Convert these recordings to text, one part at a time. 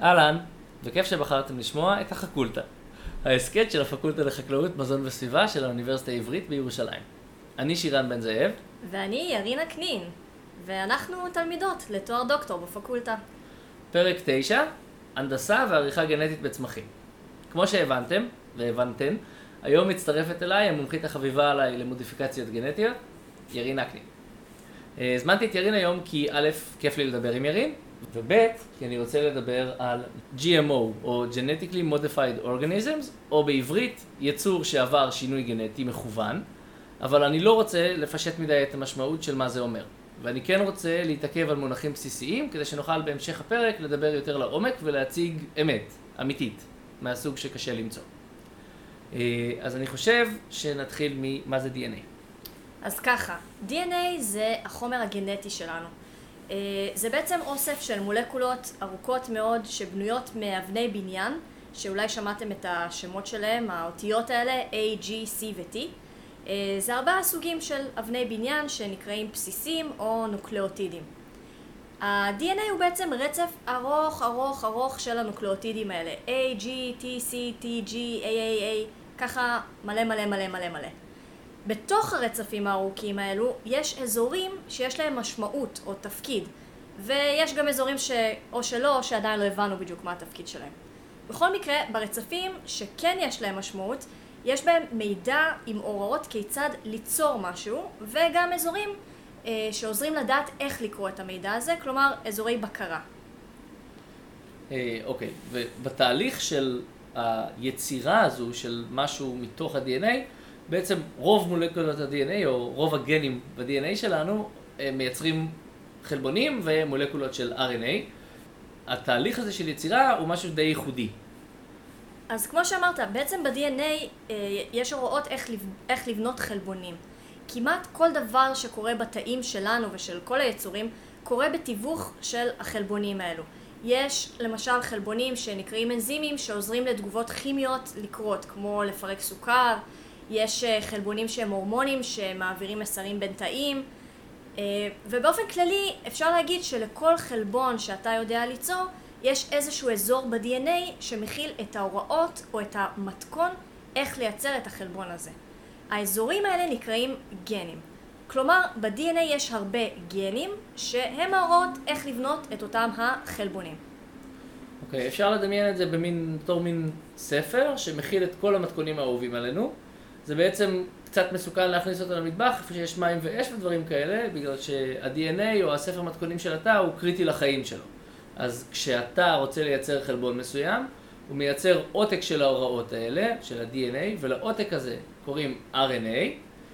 אהלן, וכיף שבחרתם לשמוע את החקולטה, ההסכת של הפקולטה לחקלאות, מזון וסביבה של האוניברסיטה העברית בירושלים. אני שירן בן זאב. ואני ירינה קנין, ואנחנו תלמידות לתואר דוקטור בפקולטה. פרק 9, הנדסה ועריכה גנטית בצמחים. כמו שהבנתם והבנתן, היום מצטרפת אליי המומחית החביבה עליי למודיפיקציות גנטיות, ירינה קנין. הזמנתי את ירין היום כי א', כיף לי לדבר עם ירין, וב', כי אני רוצה לדבר על GMO, או Genetically Modified Organisms, או בעברית, יצור שעבר שינוי גנטי מכוון, אבל אני לא רוצה לפשט מדי את המשמעות של מה זה אומר. ואני כן רוצה להתעכב על מונחים בסיסיים, כדי שנוכל בהמשך הפרק לדבר יותר לעומק ולהציג אמת, אמיתית, מהסוג שקשה למצוא. אז אני חושב שנתחיל ממה זה DNA. אז ככה, DNA זה החומר הגנטי שלנו. זה בעצם אוסף של מולקולות ארוכות מאוד שבנויות מאבני בניין, שאולי שמעתם את השמות שלהם, האותיות האלה, A, G, C ו-T. זה 4 סוגים של אבני בניין שנקראים בסיסים או נוקלאוטידים. ה-DNA הוא בעצם רצף ארוך ארוך ארוך של הנוקלאוטידים האלה, A, G, T, C, T, G, A, A, A, ככה מלא מלא מלא מלא מלא. בתוך הרצפים הארוכים האלו יש אזורים שיש להם משמעות או תפקיד, ויש גם אזורים או שלא, או שעדיין לא הבנו בדיוק מה התפקיד שלהם. בכל מקרה, ברצפים שכן יש להם משמעות, יש בהם מידע עם הוראות כיצד ליצור משהו, וגם אזורים שעוזרים לדעת איך לקרוא את המידע הזה, כלומר אזורי בקרה. אוקיי, ובתהליך של היצירה הזו של משהו מתוך ה-DNA, בעצם רוב מולקולות ה-DNA או רוב הגנים ב-DNA שלנו מייצרים חלבונים ומולקולות של RNA. התהליך הזה של יצירה הוא משהו די ייחודי. אז כמו שאמרת, בעצם ב-DNA יש הוראות איך לבנות חלבונים. כמעט כל דבר שקורה בתאים שלנו ושל כל היצורים קורה בתיווך של החלבונים האלו. יש למשל חלבונים שנקראים אנזימים שעוזרים לתגובות כימיות לקרות, כמו לפרק סוכר. יש חלבונים שהם הורמונים שמעבירים מסרים בין תאים, ובאופן כללי אפשר להגיד שלכל חלבון שאתה יודע ליצור יש איזשהו אזור ב-DNA שמכיל את ההוראות או את המתכון איך לייצר את החלבון הזה. האזורים האלה נקראים גנים. כלומר, ב-DNA יש הרבה גנים שהם ההוראות איך לבנות את אותם החלבונים. אוקיי, אפשר לדמיין את זה בתור מין ספר שמכיל את כל המתכונים האהובים עלינו. זה בעצם קצת מסוכן להכניס אותו למטבח, איפה שיש מים ואש ודברים כאלה, בגלל שה-DNA או הספר מתכונים של התא הוא קריטי לחיים שלו. אז כשאתה רוצה לייצר חלבון מסוים, הוא מייצר עותק של ההוראות האלה, של ה-DNA, ולעותק הזה קוראים RNA,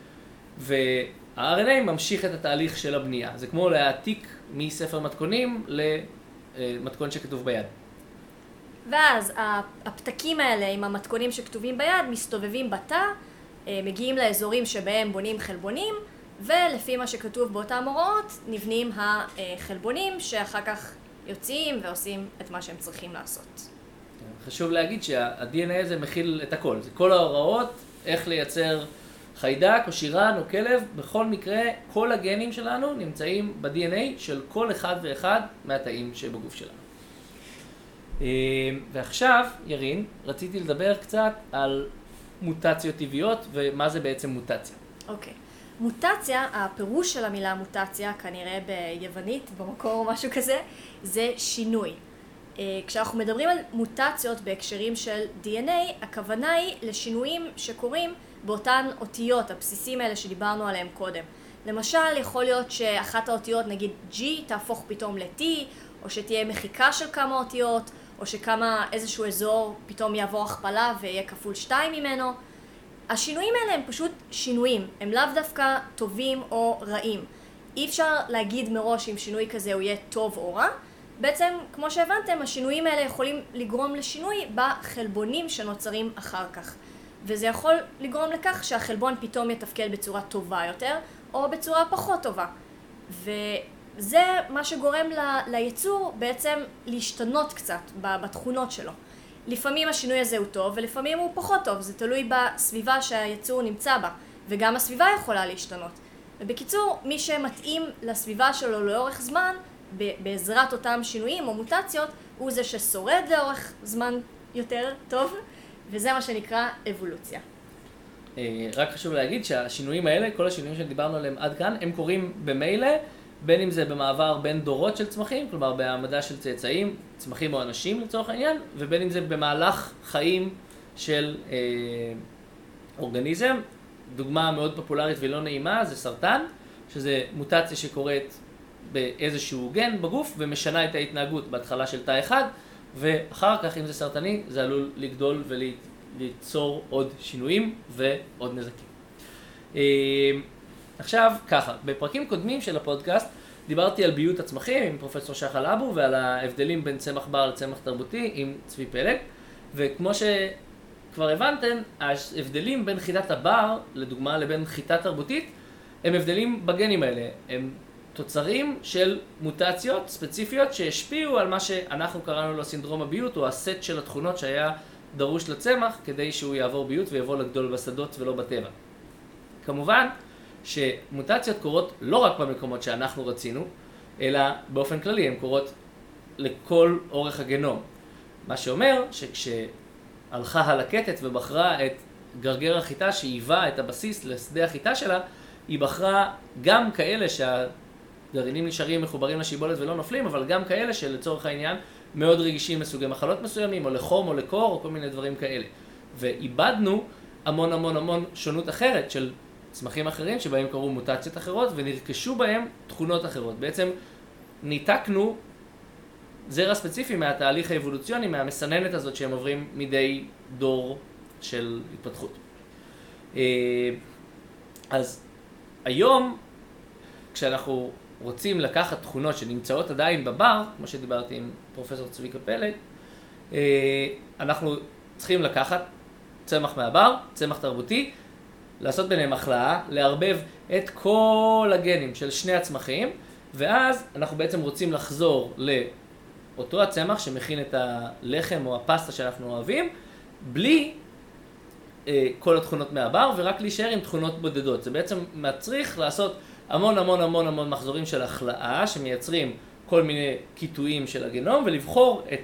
וה-RNA ממשיך את התהליך של הבנייה. זה כמו להעתיק מספר מתכונים למתכון שכתוב ביד. ואז הפתקים האלה עם המתכונים שכתובים ביד מסתובבים בתא, מגיעים לאזורים שבהם בונים חלבונים, ולפי מה שכתוב באותם הוראות נבנים החלבונים שאחר כך יוצאים ועושים את מה שהם צריכים לעשות. חשוב להגיד שה-DNA הזה מכיל את הכל. זה כל ההוראות, איך לייצר חיידק או שירן או כלב. בכל מקרה, כל הגנים שלנו נמצאים ב-DNA של כל אחד ואחד מהתאים שבגוף שלנו. ועכשיו, ירין, רציתי לדבר קצת על מוטציות טבעיות ומה זה בעצם מוטציה. אוקיי. מוטציה, הפירוש של המילה מוטציה, כנראה ביוונית, במקור או משהו כזה, זה שינוי. כשאנחנו מדברים על מוטציות בהקשרים של DNA, הכוונה היא לשינויים שקורים באותן אותיות, הבסיסים האלה שדיברנו עליהם קודם. למשל, יכול להיות שאחת האותיות, נגיד G, תהפוך פתאום ל-T, או שתהיה מחיקה של כמה אותיות, או שכמה איזשהו אזור פתאום יעבור הכפלה ויהיה כפול 2 ממנו. השינויים האלה הם פשוט שינויים, הם לאו דווקא טובים או רעים. אי אפשר להגיד מראש אם שינוי כזה הוא יהיה טוב או רע. בעצם, כמו שהבנתם, השינויים האלה יכולים לגרום לשינוי בחלבונים שנוצרים אחר כך. וזה יכול לגרום לכך שהחלבון פתאום יתפקד בצורה טובה יותר, או בצורה פחות טובה. וזה מה שגורם ליצור בעצם להשתנות קצת בתכונות שלו. לפעמים השינוי הזה הוא טוב, ולפעמים הוא פחות טוב. זה תלוי בסביבה שהיצור נמצא בה, וגם הסביבה יכולה להשתנות. ובקיצור, מי שמתאים לסביבה שלו לאורך זמן, בעזרת אותם שינויים או מוטציות, הוא זה ששורד לאורך זמן יותר טוב, וזה מה שנקרא אבולוציה. רק חשוב להגיד שהשינויים האלה, כל השינויים שדיברנו עליהם עד כאן, הם קורים במילא, בין אם זה במעבר בין דורות של צמחים, כלומר בהעמדה של צאצאים, צמחים או אנשים לצורך העניין, ובין אם זה במהלך חיים של אורגניזם. דוגמה מאוד פופולרית ולא נעימה זה סרטן, שזה מוטציה שקורית באיזשהו גן בגוף ומשנה את ההתנהגות בהתחלה של תא אחד, ואחר כך אם זה סרטני זה עלול לגדול וליצור עוד שינויים ועוד נזקים. עכשיו ככה, בפרקים קודמים של הפודקאסט דיברתי על ביות הצמחים עם פרופסור שחל אבו ועל ההבדלים בין צמח בר לצמח תרבותי עם צבי פלג, וכמו שכבר הבנתם, ההבדלים בין חיטת הבר לדוגמה לבין חיטה תרבותית הם הבדלים בגנים האלה, הם תוצרים של מוטציות ספציפיות שהשפיעו על מה שאנחנו קראנו לו סינדרום הביות או הסט של התכונות שהיה דרוש לצמח כדי שהוא יעבור ביות ויבוא לגדול בשדות ולא בטבע. כמובן שמוטציות קורות לא רק במקומות שאנחנו רצינו, אלא באופן כללי הן קורות לכל אורך הגנום. מה שאומר שכשהלכה הלקטת ובחרה את גרגר החיטה שהיווה את הבסיס לשדה החיטה שלה, היא בחרה גם כאלה שהגרעינים נשארים מחוברים לשיבולת ולא נופלים, אבל גם כאלה שלצורך העניין מאוד רגישים לסוגי מחלות מסוימים, או לחום או לקור, או כל מיני דברים כאלה. ואיבדנו המון המון המון שונות אחרת של צמחים אחרים שבהם קרו מוטציות אחרות ונרכשו בהם תכונות אחרות. בעצם ניתקנו זרע ספציפי מהתהליך האבולוציוני, מהמסננת הזאת שהם עוברים מדי דור של התפתחות. אז היום, כשאנחנו רוצים לקחת תכונות שנמצאות עדיין בבר, כמו שדיברתי עם פרופסור צביקה פלג, אנחנו צריכים לקחת צמח מהבר, צמח תרבותי, לעשות ביניהם החלאה, לערבב את כל הגנים של שני הצמחים, ואז אנחנו בעצם רוצים לחזור לאותו הצמח שמכין את הלחם או הפסטה שאנחנו אוהבים, בלי כל התכונות מהבר, ורק להישאר עם תכונות בודדות. זה בעצם מצריך לעשות המון המון המון המון מחזורים של החלאה, שמייצרים כל מיני קיטויים של הגנום, ולבחור את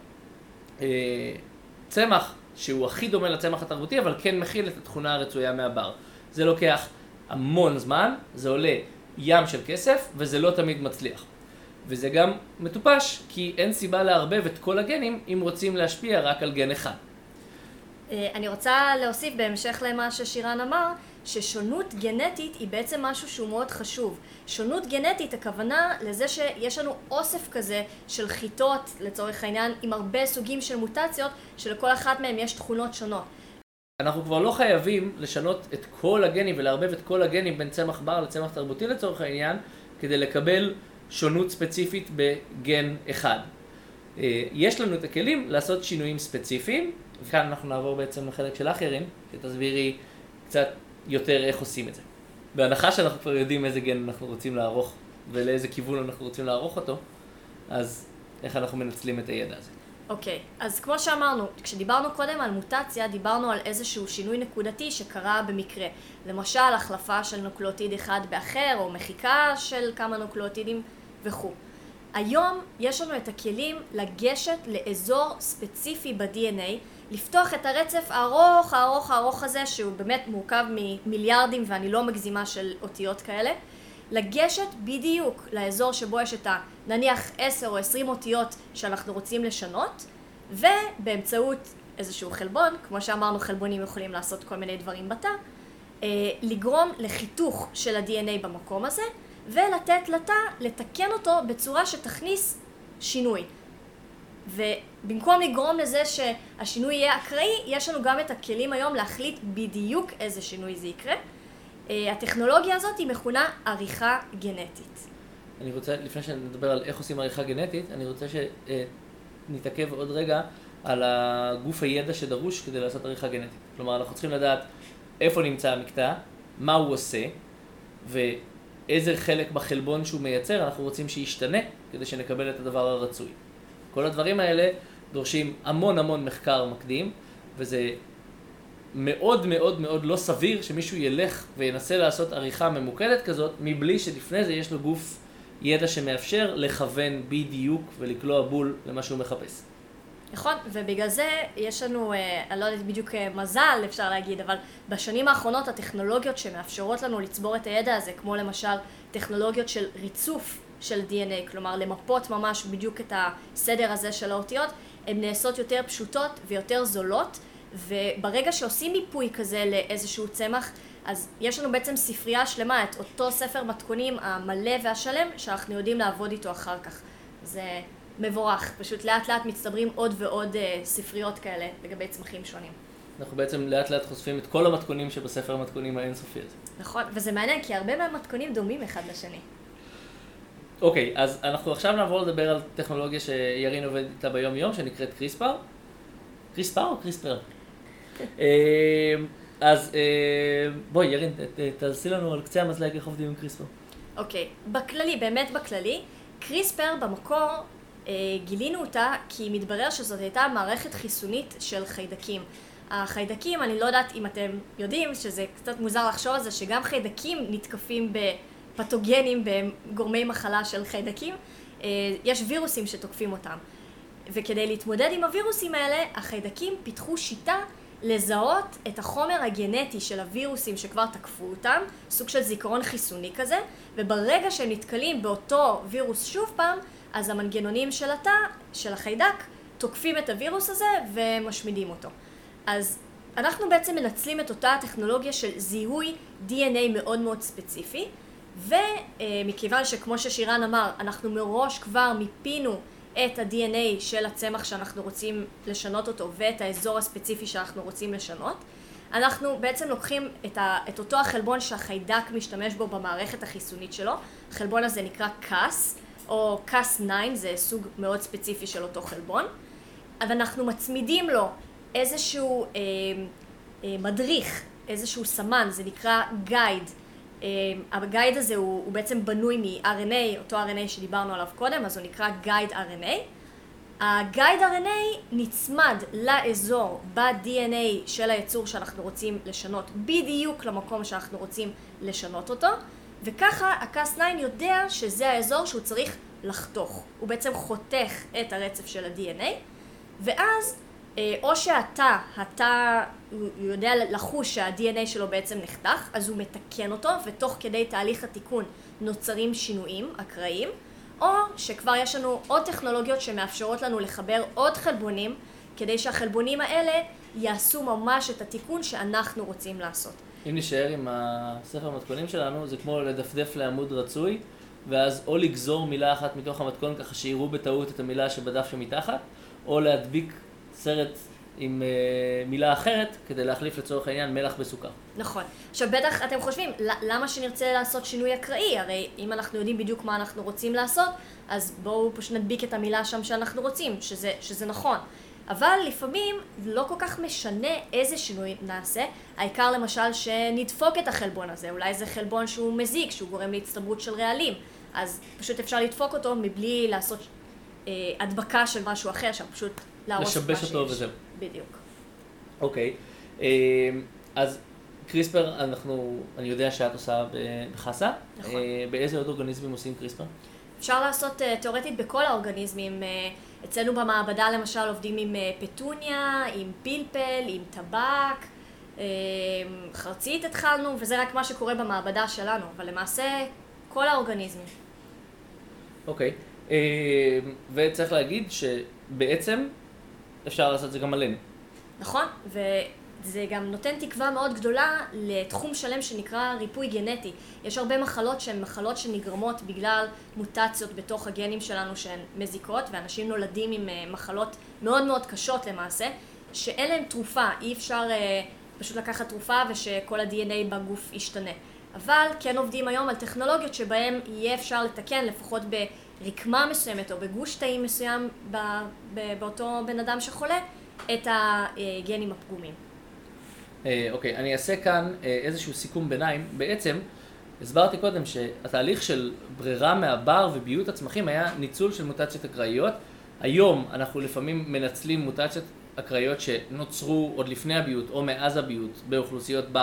הצמח שהוא הכי דומה לצמח התרבותי, אבל כן מכיל את התכונה הרצויה מהבר. זה לוקח המון זמן, זה עולה ים של כסף, וזה לא תמיד מצליח. וזה גם מטופש, כי אין סיבה לערבב את כל הגנים אם רוצים להשפיע רק על גן אחד. אני רוצה להוסיף בהמשך למה ששירן אמר, ששונות גנטית היא בעצם משהו שהוא מאוד חשוב. שונות גנטית, הכוונה לזה שיש לנו אוסף כזה של חיטות, לצורך העניין, עם הרבה סוגים של מוטציות, שלכל אחת מהם יש תכונות שונות. אנחנו כבר לא חייבים לשנות את כל הגנים ולערבב את כל הגנים בין צמח בר לצמח תרבותי לצורך העניין, כדי לקבל שונות ספציפית בגן אחד. יש לנו את הכלים לעשות שינויים ספציפיים, וכאן אנחנו נעבור בעצם לחלק שלך ירין, שתסבירי קצת יותר איך עושים את זה. בהנחה שאנחנו כבר יודעים איזה גן אנחנו רוצים לערוך ולאיזה כיוון אנחנו רוצים לערוך אותו, אז איך אנחנו מנצלים את הידע הזה. אוקיי, אז כמו שאמרנו, כשדיברנו קודם על מוטציה, דיברנו על איזשהו שינוי נקודתי שקרה במקרה. למשל, החלפה של נוקלאוטיד אחד באחר, או מחיקה של כמה נוקלאוטידים וכו'. היום יש לנו את הכלים לגשת לאזור ספציפי ב-DNA, לפתוח את הרצף הארוך, הארוך, הארוך הזה, שהוא באמת מורכב ממיליארדים, ואני לא מגזימה של אותיות כאלה, לגשת בדיוק לאזור שבו יש את נניח 10 או 20 אותיות שאנחנו רוצים לשנות, ובאמצעות איזשהו חלבון, כמו שאמרנו, חלבונים יכולים לעשות כל מיני דברים בתא, לגרום לחיתוך של ה-DNA במקום הזה, ולתת לתא לתקן אותו בצורה שתכניס שינוי. ובמקום לגרום לזה שהשינוי יהיה אקראי, יש לנו גם את הכלים היום להחליט בדיוק איזה שינוי זה יקרה. הטכנולוגיה הזאת היא מכונה עריכה גנטית. אני רוצה, לפני שנדבר על איך עושים עריכה גנטית, אני רוצה שנתעכב עוד רגע על הגוף הידע שדרוש כדי לעשות עריכה גנטית. כלומר, אנחנו צריכים לדעת איפה נמצא המקטע, מה הוא עושה, ואיזה חלק בחלבון שהוא מייצר אנחנו רוצים שישתנה כדי שנקבל את הדבר הרצוי. כל הדברים האלה דורשים המון המון מחקר מקדים, וזה מאוד מאוד מאוד לא סביר שמישהו ילך וינסה לעשות עריכה ממוקדת כזאת, מבלי שלפני זה יש לו גוף ידע שמאפשר לכוון בדיוק ולקלוע בול למה שהוא מחפש. נכון, ובגלל זה יש לנו, אני לא יודעת בדיוק מזל אפשר להגיד, אבל בשנים האחרונות הטכנולוגיות שמאפשרות לנו לצבור את הידע הזה, כמו למשל טכנולוגיות של ריצוף של DNA, כלומר למפות ממש בדיוק את הסדר הזה של האותיות, הן נעשות יותר פשוטות ויותר זולות, וברגע שעושים מיפוי כזה לאיזשהו צמח, אז יש לנו בעצם ספרייה שלמה, את אותו ספר מתכונים המלא והשלם, שאנחנו יודעים לעבוד איתו אחר כך. זה מבורך, פשוט לאט לאט מצטברים עוד ועוד ספריות כאלה לגבי צמחים שונים. אנחנו בעצם לאט לאט חושפים את כל המתכונים שבספר המתכונים האינסופי הזה. נכון, וזה מעניין כי הרבה מהמתכונים דומים אחד לשני. אוקיי, אז אנחנו עכשיו נעבור לדבר על טכנולוגיה שירין עובד איתה ביום יום, שנקראת קריספר. קריספר או קריספר? אז בואי ירין, תעשי לנו על קצה המזלג איך עובדים עם קריספר. אוקיי, בכללי, באמת בכללי, קריספר במקור גילינו אותה כי מתברר שזאת הייתה מערכת חיסונית של חיידקים. החיידקים, אני לא יודעת אם אתם יודעים שזה קצת מוזר לחשוב על זה, שגם חיידקים נתקפים בפתוגנים, בגורמי מחלה של חיידקים. יש וירוסים שתוקפים אותם. וכדי להתמודד עם הווירוסים האלה, החיידקים פיתחו שיטה לזהות את החומר הגנטי של הווירוסים שכבר תקפו אותם, סוג של זיכרון חיסוני כזה, וברגע שהם נתקלים באותו וירוס שוב פעם, אז המנגנונים של התא, של החיידק, תוקפים את הווירוס הזה ומשמידים אותו. אז אנחנו בעצם מנצלים את אותה הטכנולוגיה של זיהוי DNA מאוד מאוד ספציפי, ומכיוון שכמו ששירן אמר, אנחנו מראש כבר מיפינו את ה-DNA של הצמח שאנחנו רוצים לשנות אותו ואת האזור הספציפי שאנחנו רוצים לשנות, אנחנו בעצם לוקחים את אותו החלבון שהחיידק משתמש בו במערכת החיסונית שלו. החלבון הזה נקרא קאס, או קאס 9, זה סוג מאוד ספציפי של אותו חלבון, אבל אנחנו מצמידים לו איזשהו מדריך, איזשהו סמן, זה נקרא גייד. הגייד הזה הוא בעצם בנוי מ-RNA, אותו RNA שדיברנו עליו קודם, אז הוא נקרא גייד RNA. הגייד RNA נצמד לאזור ב-DNA של היצור שאנחנו רוצים לשנות, בדיוק למקום שאנחנו רוצים לשנות אותו, וככה הקאס 9 יודע שזה האזור שהוא צריך לחתוך. הוא בעצם חותך את הרצף של ה-DNA, ואז או שהתא הוא יודע לחוש שה-DNA שלו בעצם נחתך, אז הוא מתקן אותו, ותוך כדי תהליך התיקון נוצרים שינויים אקראיים, או שכבר יש לנו עוד טכנולוגיות שמאפשרות לנו לחבר עוד חלבונים, כדי שהחלבונים האלה יעשו ממש את התיקון שאנחנו רוצים לעשות. אם נשאר עם הספר המתכונים שלנו, זה כמו לדפדף לעמוד רצוי, ואז או לגזור מילה אחת מתוך המתכון ככה שיראו בטעות את המילה שבדף שמתחת, או להדביק סרט עם מילה אחרת כדי להחליף לצורך העניין מלח בסוכר. נכון. עכשיו בטח אתם חושבים, למה שנרצה לעשות שינוי אקראי? הרי אם אנחנו יודעים בדיוק מה אנחנו רוצים לעשות, אז בואו פשוט נדביק את המילה שם שאנחנו רוצים, שזה נכון. אבל לפעמים לא כל כך משנה איזה שינוי נעשה, העיקר למשל שנדפוק את החלבון הזה, אולי זה חלבון שהוא מזיק, שהוא גורם להצטברות של רעלים, אז פשוט אפשר לדפוק אותו מבלי לעשות הדבקה של משהו אחר, שם פשוט להרוס את מה שיש. לשבש אותו וזהו. בדיוק. אוקיי, אז קריספר אני יודע שאת עושה בחסה. נכון. באיזה עוד אורגניזמים עושים קריספר? אפשר לעשות תיאורטית בכל האורגניזמים. אצלנו במעבדה למשל עובדים עם פטוניה, עם פלפל, עם טבק, חרצית התחלנו, וזה רק מה שקורה במעבדה שלנו, אבל למעשה כל האורגניזמים. אוקיי, וצריך להגיד שבעצם אפשר לעשות זה גם עלינו. נכון, וזה גם נותן תקווה מאוד גדולה לתחום שלם שנקרא ריפוי גנטי. יש הרבה מחלות שהן מחלות שנגרמות בגלל מוטציות בתוך הגנים שלנו שהן מזיקות, ואנשים נולדים עם מחלות מאוד מאוד קשות למעשה, שאין להן תרופה, אי אפשר פשוט לקחת תרופה ושכל ה-DNA בגוף ישתנה. אבל כן עובדים היום על טכנולוגיות שבהן יהיה אפשר לתקן לפחות ברקמה מסוימת או בגוש תאים מסוים באותו בן אדם שחולה את הגנים הפגומים. אוקיי, אני אעשה כאן איזשהו סיכום ביניים. בעצם הסברתי קודם שהתהליך של ברירה מהבר וביות הצמחים היה ניצול של מוטציות אקראיות. היום אנחנו לפעמים מנצלים מוטציות אקראיות שנוצרו עוד לפני הביות או מאז הביות באוכלוסיות בר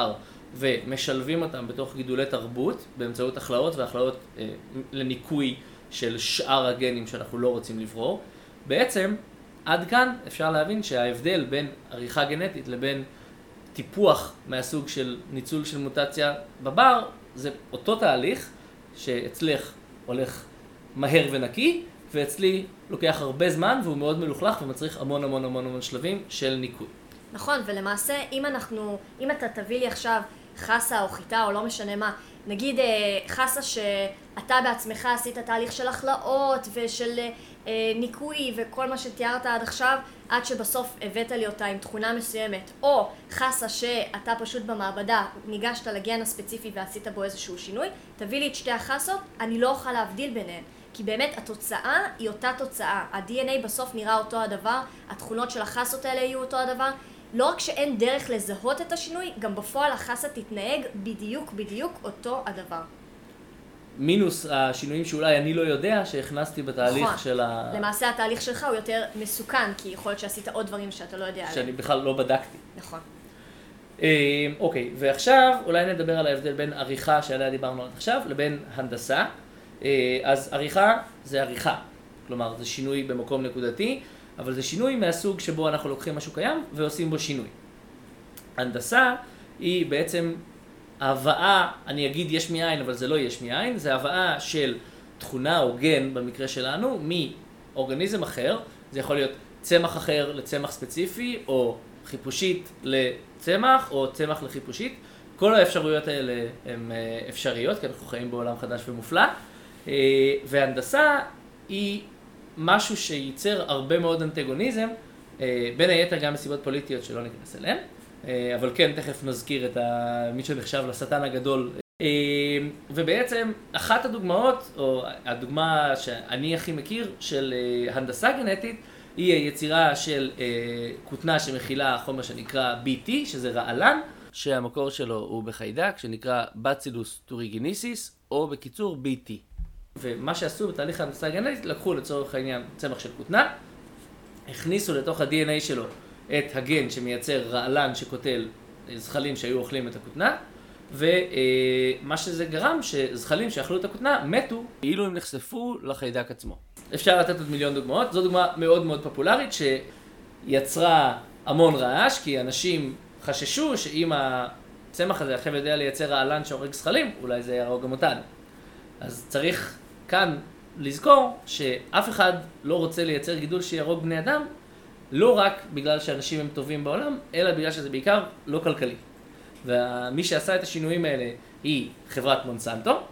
ומשלבים אותם בתוך גידולי תרבות באמצעות הכלאות והכלאות לניקוי של שאר הגנים שאנחנו לא רוצים לברור. בעצם עד כאן אפשר להבין שההבדל בין עריכה גנטית לבין טיפוח מהסוג של ניצול של מוטציה בבר זה אותו תהליך שאצלך הולך מהר ונקי, ואצלי לוקח הרבה זמן והוא מאוד מלוכלך ומצריך המון המון המון המון שלבים של ניקוי. נכון, ולמעשה אם אתה תביא לי עכשיו חסה או חיטה או לא משנה מה, נגיד חסה שאתה בעצמך עשית תהליך של החלאות ושל ניקוי וכל מה שתיארת עד עכשיו, עד שבסוף הבאת לי אותה עם תכונה מסוימת, או חסה שאתה פשוט במעבדה ניגשת לגן הספציפי ועשית בו איזשהו שינוי, תביא לי את שתי החסות, אני לא אוכל להבדיל ביניהן. כי באמת התוצאה היא אותה תוצאה. ה-DNA בסוף נראה אותו הדבר, התכונות של החסות האלה יהיו אותו הדבר. לא רק שאין דרך לזהות את השינוי, גם בפועל החסה תתנהג בדיוק אותו הדבר. מינוס השינויים שאולי אני לא יודע שהכנסתי בתהליך נכון. של למעשה התהליך שלך הוא יותר מסוכן, כי יכול להיות שעשית עוד דברים שאתה לא יודע עליהם. שאני בכלל לא בדקתי. נכון. אוקיי, ועכשיו אולי נדבר על ההבדל בין עריכה שעליה דיברנו עד עכשיו לבין הנדסה. אז עריכה זה עריכה, כלומר זה שינוי במקום נקודתי, אבל זה שינוי מהסוג שבו אנחנו לוקחים משהו קיים ועושים בו שינוי. הנדסה היא בעצם הבאה, אני אגיד יש מאין אבל זה לא יש מאין, זה הבאה של תכונה או גן במקרה שלנו מאורגניזם אחר, זה יכול להיות צמח אחר לצמח ספציפי או חיפושית לצמח או צמח לחיפושית. כל האפשרויות האלה הן אפשריות כי אנחנו חיים בעולם חדש ומופלא. והנדסה היא משהו שייצר הרבה מאוד אנטגוניזם, בין היתר גם מסיבות פוליטיות שלא ניכנס אליהן, אבל כן, תכף נזכיר את מי שנחשב לשטן הגדול. ובעצם אחת הדוגמאות, או הדוגמה שאני הכי מכיר של הנדסה גנטית, היא היצירה של כותנה שמכילה חומר שנקרא BT, שזה רעלן, שהמקור שלו הוא בחיידק, שנקרא בצילוס טוריגיניסיס, או בקיצור BT. ומה שעשו בתהליך ההנדסה הגנטית, לקחו לצורך העניין צמח של כותנה, הכניסו לתוך ה-DNA שלו את הגן שמייצר רעלן שקוטל זחלים שהיו אוכלים את הכותנה, ומה שזה גרם שזחלים שאכלו את הכותנה מתו, כאילו הם נחשפו לחיידק עצמו. אפשר לתת עוד מיליון דוגמאות, זו דוגמה מאוד מאוד פופולרית שיצרה המון רעש, כי אנשים חששו שאם הצמח הזה עכשיו יודע לייצר רעלן שהורג זחלים, אולי זה יהרוג גם אותנו. אז צריך כאן לזכור שאף אחד לא רוצה לייצר גידול שיהרוג בני אדם, לא רק בגלל שאנשים הם טובים בעולם, אלא בגלל שזה בעיקר לא כלכלי. ומי שעשה את השינויים האלה היא חברת מונסנטו,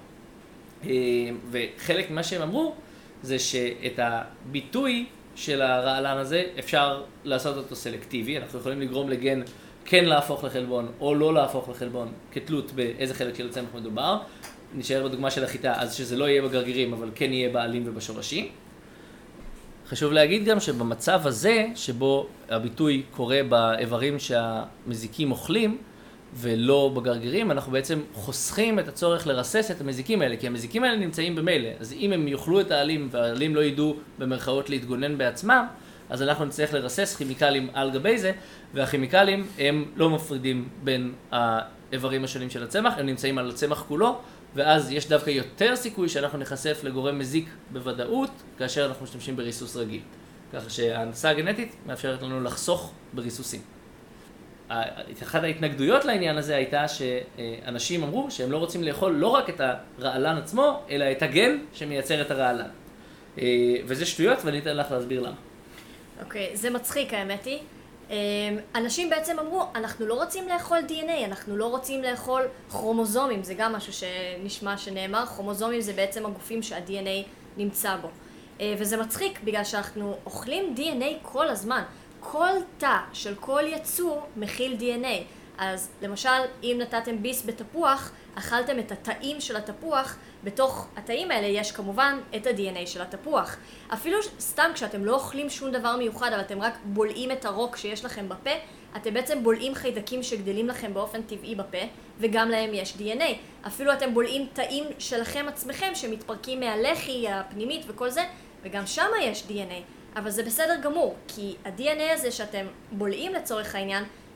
וחלק ממה שהם אמרו זה שאת הביטוי של הרעלן הזה אפשר לעשות אותו סלקטיבי, אנחנו יכולים לגרום לגן כן להפוך לחלבון או לא להפוך לחלבון כתלות באיזה חלק של הצמח מדובר. נשאר בדוגמה של החיטה, אז שזה לא יהיה בגרגירים, אבל כן יהיה בעלים ובשורשים. חשוב להגיד גם שבמצב הזה, שבו הביטוי קורה באיברים שהמזיקים אוכלים, ולא בגרגירים, אנחנו בעצם חוסכים את הצורך לרסס את המזיקים האלה, כי המזיקים האלה נמצאים במילא. אז אם הם יאכלו את העלים, והעלים לא ידעו במרכאות להתגונן בעצמם, אז אנחנו נצטרך לרסס כימיקלים על גבי זה, והכימיקלים הם לא מפרידים בין האיברים השונים של הצמח, הם נמצאים על הצמח כולו, ואז יש דווקא יותר סיכוי שאנחנו נחשף לגורם מזיק בוודאות, כאשר אנחנו משתמשים בריסוס רגיל. ככה שההנדסה הגנטית מאפשרת לנו לחסוך בריסוסים. אחת ההתנגדויות לעניין הזה הייתה שאנשים אמרו שהם לא רוצים לאכול לא רק את הרעלן עצמו, אלא את הגן שמייצר את הרעלן. וזה שטויות, ואני אתן לך להסביר למה. אוקיי, זה מצחיק האמת היא. אנשים בעצם אמרו, אנחנו לא רוצים לאכול DNA, אנחנו לא רוצים לאכול כרומוזומים, זה גם משהו שנשמע שנאמר, כרומוזומים זה בעצם הגופים שה-DNA נמצא בו. וזה מצחיק בגלל שאנחנו אוכלים DNA כל הזמן. כל תא של כל יצור מכיל DNA. אז למשל, אם נתתם ביס בתפוח, אכלתם את התאים של התפוח, בתוך התאים האלה יש כמובן את ה-DNA של התפוח. אפילו סתם כשאתם לא אוכלים שום דבר מיוחד, אבל אתם רק בולעים את הרוק שיש לכם בפה, אתם בעצם בולעים חיידקים שגדלים לכם באופן טבעי בפה, וגם להם יש DNA. אפילו אתם בולעים תאים שלכם עצמכם שמתפרקים מהלחי הפנימית וכל זה, וגם שם יש DNA. אבל זה בסדר גמור, כי ה-DNA הזה שאתם בולעים לצורך העניין,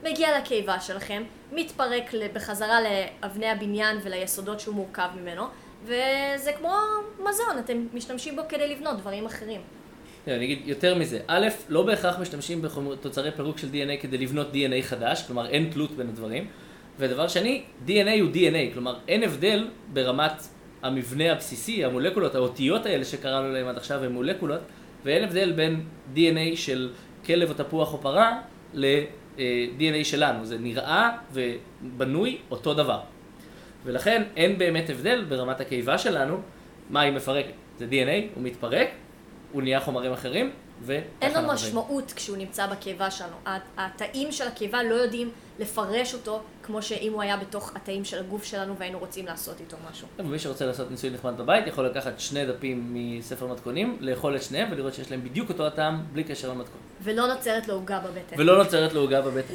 מגיע לקיבה שלכם, מתפרק בחזרה לאבני הבניין וליסודות שהוא מורכב ממנו, וזה כמו מזון, אתם משתמשים בו כדי לבנות דברים אחרים. אני אגיד יותר מזה. א', לא בהכרח משתמשים בתוצרי פירוק של DNA כדי לבנות DNA חדש, כלומר אין תלות בין הדברים. ודבר שני, DNA הוא DNA, כלומר אין הבדל ברמת המבנה הבסיסי, המולקולות, האותיות האלה שקראנו להם עד עכשיו הם מולקולות, ואין הבדל בין DNA של כלב או תפוח או פרה ל-DNA שלנו. זה נראה ובנוי אותו דבר. ולכן אין באמת הבדל ברמת הקיבה שלנו, מה היא מפרקת. זה DNA, הוא מתפרק, הוא נהיה חומרים אחרים, אין לו משמעות כשהוא נמצא בקיבה שלנו. התאים של הקיבה לא יודעים לפרש אותו כמו שאם הוא היה בתוך התאים של הגוף שלנו והיינו רוצים לעשות איתו משהו. ומי שרוצה לעשות ניסוי נחמד בבית יכול לקחת 2 דפים מספר מתכונים, לאכול את שניהם ולראות שיש להם בדיוק אותו הטעם בלי קשר למתכון. ולא נוצרת לו עוגה בבטן. ולא נוצרת לו עוגה בבטן.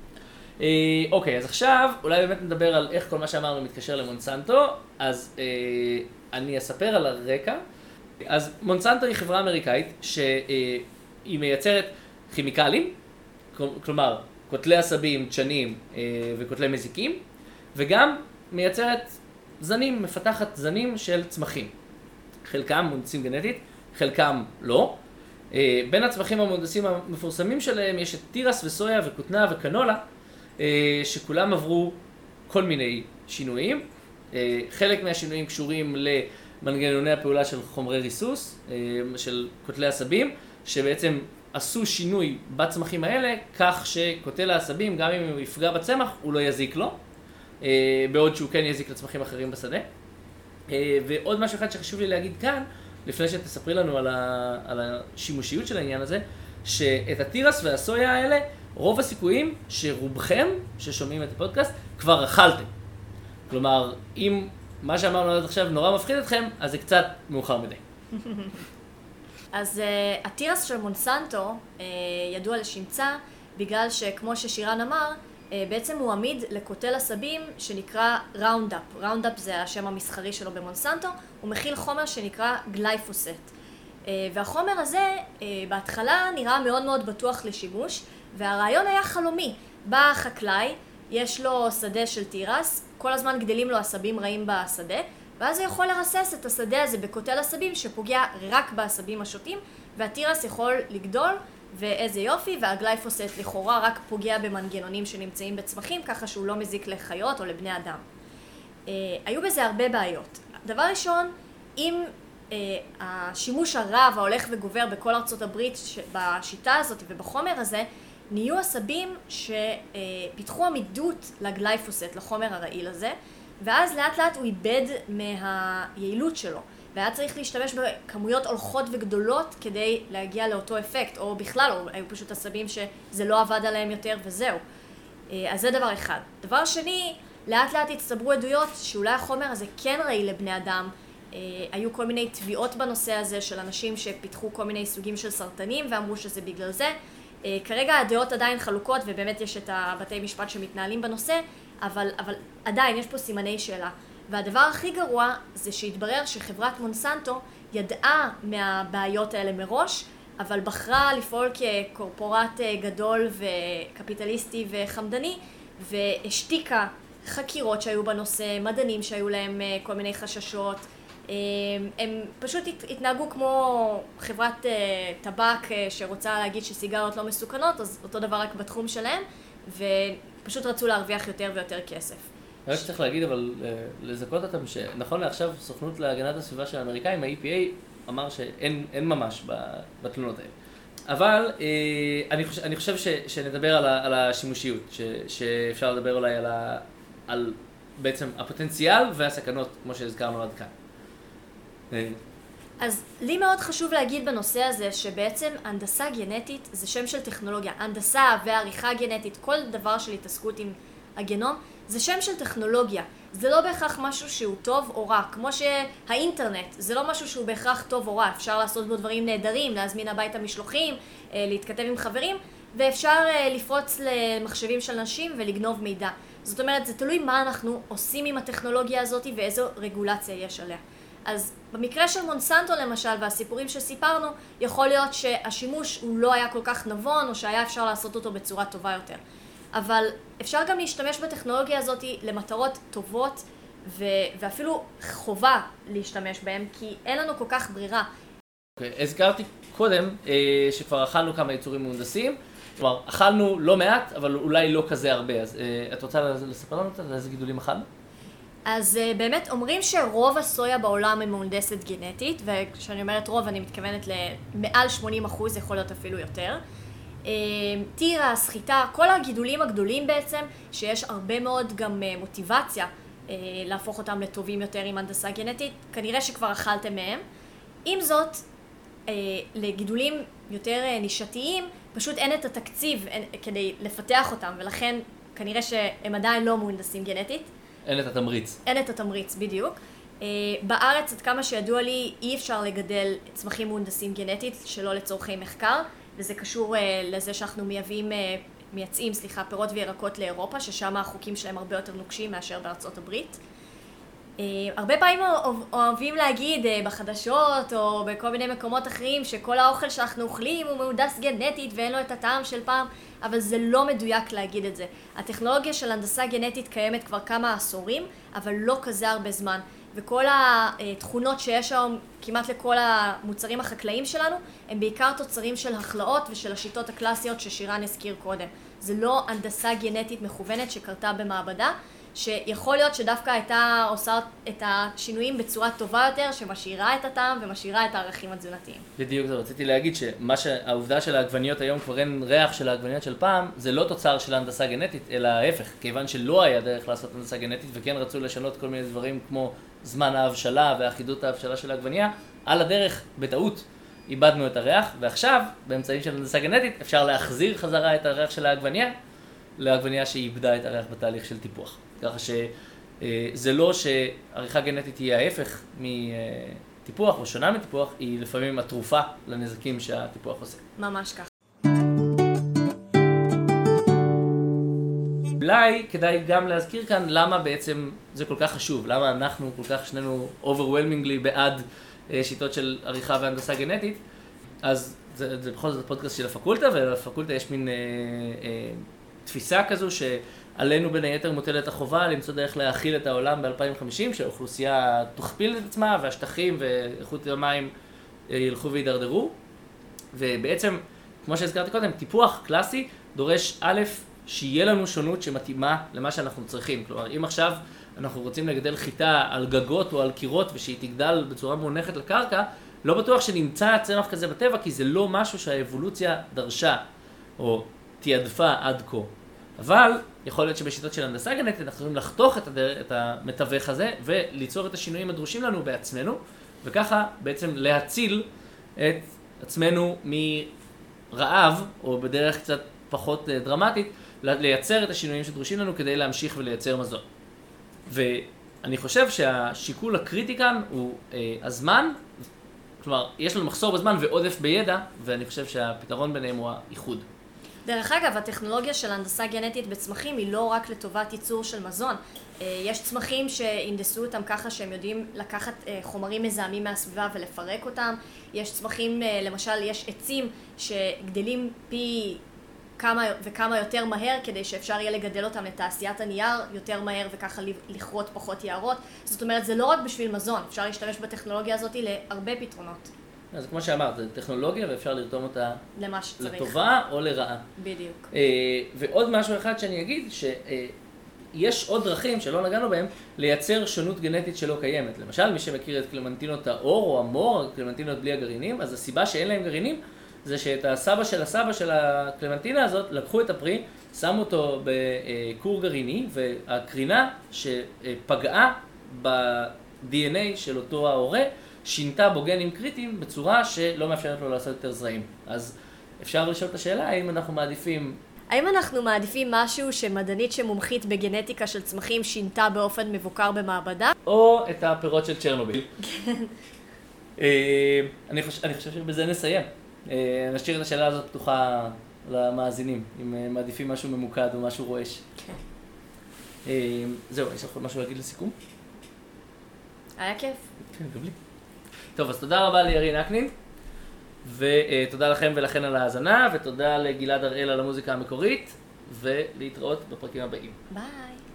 אוקיי, אז עכשיו אולי באמת נדבר על איך כל מה שאמרנו מתקשר למונסנטו, אז אני אספר על הרקע. אז מונסנטו היא חברה אמריקאית שהיא מייצרת כימיקלים, כלומר קוטלי עשבים, דשנים וקוטלי מזיקים, וגם מייצרת זנים, מפתחת זנים של צמחים. חלקם מונדסים גנטית, חלקם לא. בין הצמחים המונדסים המפורסמים שלהם יש את תירס וסויה וכותנה וקנולה, שכולם עברו כל מיני שינויים. חלק מהשינויים קשורים למנגנוני הפעולה של חומרי ריסוס, של קוטלי עשבים, שבעצם עשו שינוי בצמחים האלה, כך שקוטל העשבים, גם אם הוא יפגע בצמח, הוא לא יזיק לו, בעוד שהוא כן יזיק לצמחים אחרים בשדה. ועוד משהו אחד שחשוב לי להגיד כאן, לפני שתספרי לנו על השימושיות של העניין הזה, שאת התירס והסויה האלה, רוב הסיכויים שרובכם, ששומעים את הפודקאסט, כבר אכלתם. כלומר, אם מה שאמרנו עד עכשיו נורא מפחיד אתכם, אז זה קצת מאוחר מדי. אז התירס של מונסנטו ידוע לשמצה, בגלל שכמו ששירן אמר, בעצם הוא עמיד לקוטל עשבים שנקרא ראונדאפ. ראונדאפ זה השם המסחרי שלו במונסנטו, הוא מכיל חומר שנקרא גלייפוסט. והחומר הזה בהתחלה נראה מאוד מאוד בטוח לשימוש, והרעיון היה חלומי. בא החקלאי, יש לו שדה של תירס, כל הזמן גדלים לו עשבים רעים בשדה, ואז הוא יכול לרסס את השדה הזה בקוטל עשבים שפוגע רק בעשבים השוטים, והתירס יכול לגדול, ואיזה יופי, והגלייפוסט לכאורה רק פוגע במנגנונים שנמצאים בצמחים, ככה שהוא לא מזיק לחיות או לבני אדם. היו בזה הרבה בעיות. דבר ראשון, אם השימוש הרב ההולך וגובר בכל ארצות הברית בשיטה הזאת ובחומר הזה, נהיו עשבים שפיתחו עמידות לגלייפוסט, לחומר הרעיל הזה, ואז לאט לאט הוא איבד מהיעילות שלו, והיה צריך להשתמש בכמויות הולכות וגדולות כדי להגיע לאותו אפקט, או בכלל, או היו פשוט עשבים שזה לא עבד עליהם יותר וזהו. אז זה דבר אחד. דבר שני, לאט לאט הצטברו עדויות שאולי החומר הזה כן רעיל לבני אדם. היו כל מיני תביעות בנושא הזה של אנשים שפיתחו כל מיני סוגים של סרטנים ואמרו שזה בגלל זה. כרגע הדעות עדיין חלוקות ובאמת יש את הבתי משפט שמתנהלים בנושא, אבל עדיין יש פה סימני שאלה. והדבר הכי גרוע זה שהתברר שחברת מונסנטו ידעה מהבעיות האלה מראש, אבל בחרה לפעול כקורפורט גדול וקפיטליסטי וחמדני, והשתיקה חקירות שהיו בנושא, מדענים שהיו להם כל מיני חששות. הם פשוט התנהגו כמו חברת טבק שרוצה להגיד שסיגריות לא מסוכנות, אז אותו דבר רק בתחום שלהם, ופשוט רצו להרוויח יותר ויותר כסף. רק צריך להגיד, אבל לזכות אותם שנכון לעכשיו סוכנות להגנת הסביבה של האמריקאים, ה-EPA אמר שאין ממש בתלונות האלה. אבל אני חושב שנדבר על השימושיות, שאפשר לדבר אולי על בעצם הפוטנציאל והסכנות, כמו שהזכרנו עד כאן. אז לי מאוד חשוב להגיד בנושא הזה שבעצם הנדסה גנטית זה שם של טכנולוגיה. הנדסה ועריכה גנטית, כל דבר של התעסקות עם הגנום, זה שם של טכנולוגיה. זה לא בהכרח משהו שהוא טוב או רע. כמו שהאינטרנט, זה לא משהו שהוא בהכרח טוב או רע. אפשר לעשות בו דברים נהדרים, להזמין הביתה משלוחים, להתכתב עם חברים, ואפשר לפרוץ למחשבים של נשים ולגנוב מידע. זאת אומרת, זה תלוי מה אנחנו עושים עם הטכנולוגיה הזאת ואיזו רגולציה יש עליה. אז במקרה של מונסנטו למשל, והסיפורים שסיפרנו, יכול להיות שהשימוש הוא לא היה כל כך נבון, או שהיה אפשר לעשות אותו בצורה טובה יותר. אבל אפשר גם להשתמש בטכנולוגיה הזאת למטרות טובות, ואפילו חובה להשתמש בהם, כי אין לנו כל כך ברירה. הזכרתי קודם שכבר אכלנו כמה יצורים מהונדסים, כלומר, אכלנו לא מעט, אבל אולי לא כזה הרבה, אז את רוצה לספר לנו קצת על איזה גידולים אכלנו? אז באמת אומרים שרוב הסויה בעולם היא מהונדסת גנטית, וכשאני אומרת רוב אני מתכוונת למעל 80%, יכול להיות אפילו יותר. טירה, סחיטה, כל הגידולים הגדולים בעצם, שיש הרבה מאוד גם מוטיבציה להפוך אותם לטובים יותר עם הנדסה גנטית, כנראה שכבר אכלתם מהם. עם זאת, לגידולים יותר נישתיים, פשוט אין את התקציב כדי לפתח אותם, ולכן כנראה שהם עדיין לא מהונדסים גנטית. אין את התמריץ. אין את התמריץ, בדיוק. בארץ, עד כמה שידוע לי, אי אפשר לגדל צמחים מהונדסים גנטית שלא לצורכי מחקר, וזה קשור לזה שאנחנו מייצאים פירות וירקות לאירופה, ששם החוקים שלהם הרבה יותר נוקשים מאשר בארצות הברית. הרבה פעמים אוהבים להגיד בחדשות או בכל מיני מקומות אחרים שכל האוכל שאנחנו אוכלים הוא מהונדס גנטית ואין לו את הטעם של פעם, אבל זה לא מדויק להגיד את זה. הטכנולוגיה של הנדסה גנטית קיימת כבר כמה עשורים, אבל לא כזה הרבה זמן. וכל התכונות שיש היום כמעט לכל המוצרים החקלאיים שלנו, הם בעיקר תוצרים של החלאות ושל השיטות הקלאסיות ששירן הזכיר קודם. זה לא הנדסה גנטית מכוונת שקרתה במעבדה, שיכול להיות שדווקא הייתה עושה את השינויים בצורה טובה יותר, שמשאירה את הטעם ומשאירה את הערכים התזונתיים. בדיוק, רציתי להגיד שהעובדה של העגבניות היום כבר אין ריח של העגבניות של פעם, זה לא תוצר של הנדסה גנטית, אלא ההפך, כיוון שלא היה דרך לעשות הנדסה גנטית, וכן רצו לשנות כל מיני דברים כמו זמן ההבשלה ואחידות ההבשלה של העגבניה, על הדרך, בטעות, איבדנו את הריח, ועכשיו, באמצעים של הנדסה גנטית, אפשר להחזיר חזרה את הריח של העגבניה, לעגבניה שאיבדה את הריח בתהליך של טיפוח. ככה שזה לא שעריכה גנטית היא ההפך מטיפוח או שונה מטיפוח, היא לפעמים התרופה לנזקים שהטיפוח עושה. ממש כך. אולי כדאי גם להזכיר כאן למה בעצם זה כל כך חשוב, למה אנחנו כל כך שנינו overwhelmingly בעד שיטות של עריכה והנדסה גנטית. אז זה בכל זאת הפודקאסט של הפקולטה, ולפקולטה יש מין תפיסה כזו שעלינו בין היתר מוטלת החובה למצוא דרך להאכיל את העולם ב-2050, שהאוכלוסייה תוכפיל את עצמה והשטחים ואיכות המים ילכו וידרדרו. ובעצם, כמו שהזכרתי קודם, טיפוח קלאסי דורש א', שיהיה לנו שונות שמתאימה למה שאנחנו צריכים. כלומר, אם עכשיו אנחנו רוצים לגדל חיטה על גגות או על קירות ושהיא תגדל בצורה מונחת לקרקע, לא בטוח שנמצא צמח כזה בטבע, כי זה לא משהו שהאבולוציה דרשה או תיעדפה עד כה. אבל יכול להיות שבשיטות של הנדסה גנטית אנחנו יכולים לחתוך את המתווך הזה וליצור את השינויים הדרושים לנו בעצמנו, וככה בעצם להציל את עצמנו מרעב, או בדרך קצת פחות דרמטית, לייצר את השינויים שדרושים לנו כדי להמשיך ולייצר מזון. ואני חושב שהשיקול הקריטי כאן הוא הזמן, כלומר, יש לנו מחסור בזמן ועודף בידע, ואני חושב שהפתרון ביניהם הוא האיחוד. דרך אגב, הטכנולוגיה של הנדסה גנטית בצמחים היא לא רק לטובת ייצור של מזון. יש צמחים שהנדסו אותם ככה שהם יודעים לקחת חומרים מזהמים מהסביבה ולפרק אותם. יש צמחים, למשל, יש עצים שגדלים פי כמה וכמה יותר מהר כדי שאפשר יהיה לגדל אותם לתעשיית הנייר יותר מהר וככה לכרות פחות יערות. זאת אומרת, זה לא רק בשביל מזון, אפשר להשתמש בטכנולוגיה הזאת להרבה פתרונות. אז כמו שאמרת, זה טכנולוגיה ואפשר לרתום אותה לטובה או לרעה. בדיוק. ועוד משהו אחד שאני אגיד, שיש עוד דרכים שלא נגענו בהם לייצר שונות גנטית שלא קיימת. למשל, מי שמכיר את קלמנטינות האור או המור, קלמנטינות בלי הגרעינים, אז הסיבה שאין להם גרעינים זה שאת הסבא של הקלמנטינה הזאת לקחו את הפרי, שמו אותו בקור גרעיני, והקרינה שפגעה ב-DNA של אותו ההורה, שינתה בו גנים קריטיים בצורה שלא מאפשרת לו לעשות יותר זרעים. אז אפשר לשאול את השאלה, האם אנחנו מעדיפים משהו שמדענית שמומחית בגנטיקה של צמחים שינתה באופן מבוקר במעבדה? או את הפירות של צ'רנוביל. אני חושב שבזה נסיים. נשאיר את השאלה הזאת פתוחה למאזינים, אם מעדיפים משהו ממוקד או משהו רועש. זהו, יש לך עוד משהו להגיד לסיכום? היה כיף. כן, גם לי. טוב, אז תודה רבה לירין אקנין, ותודה לכם ולכן על ההאזנה, ותודה לגלעד הראל על המוזיקה המקורית, ולהתראות בפרקים הבאים. ביי.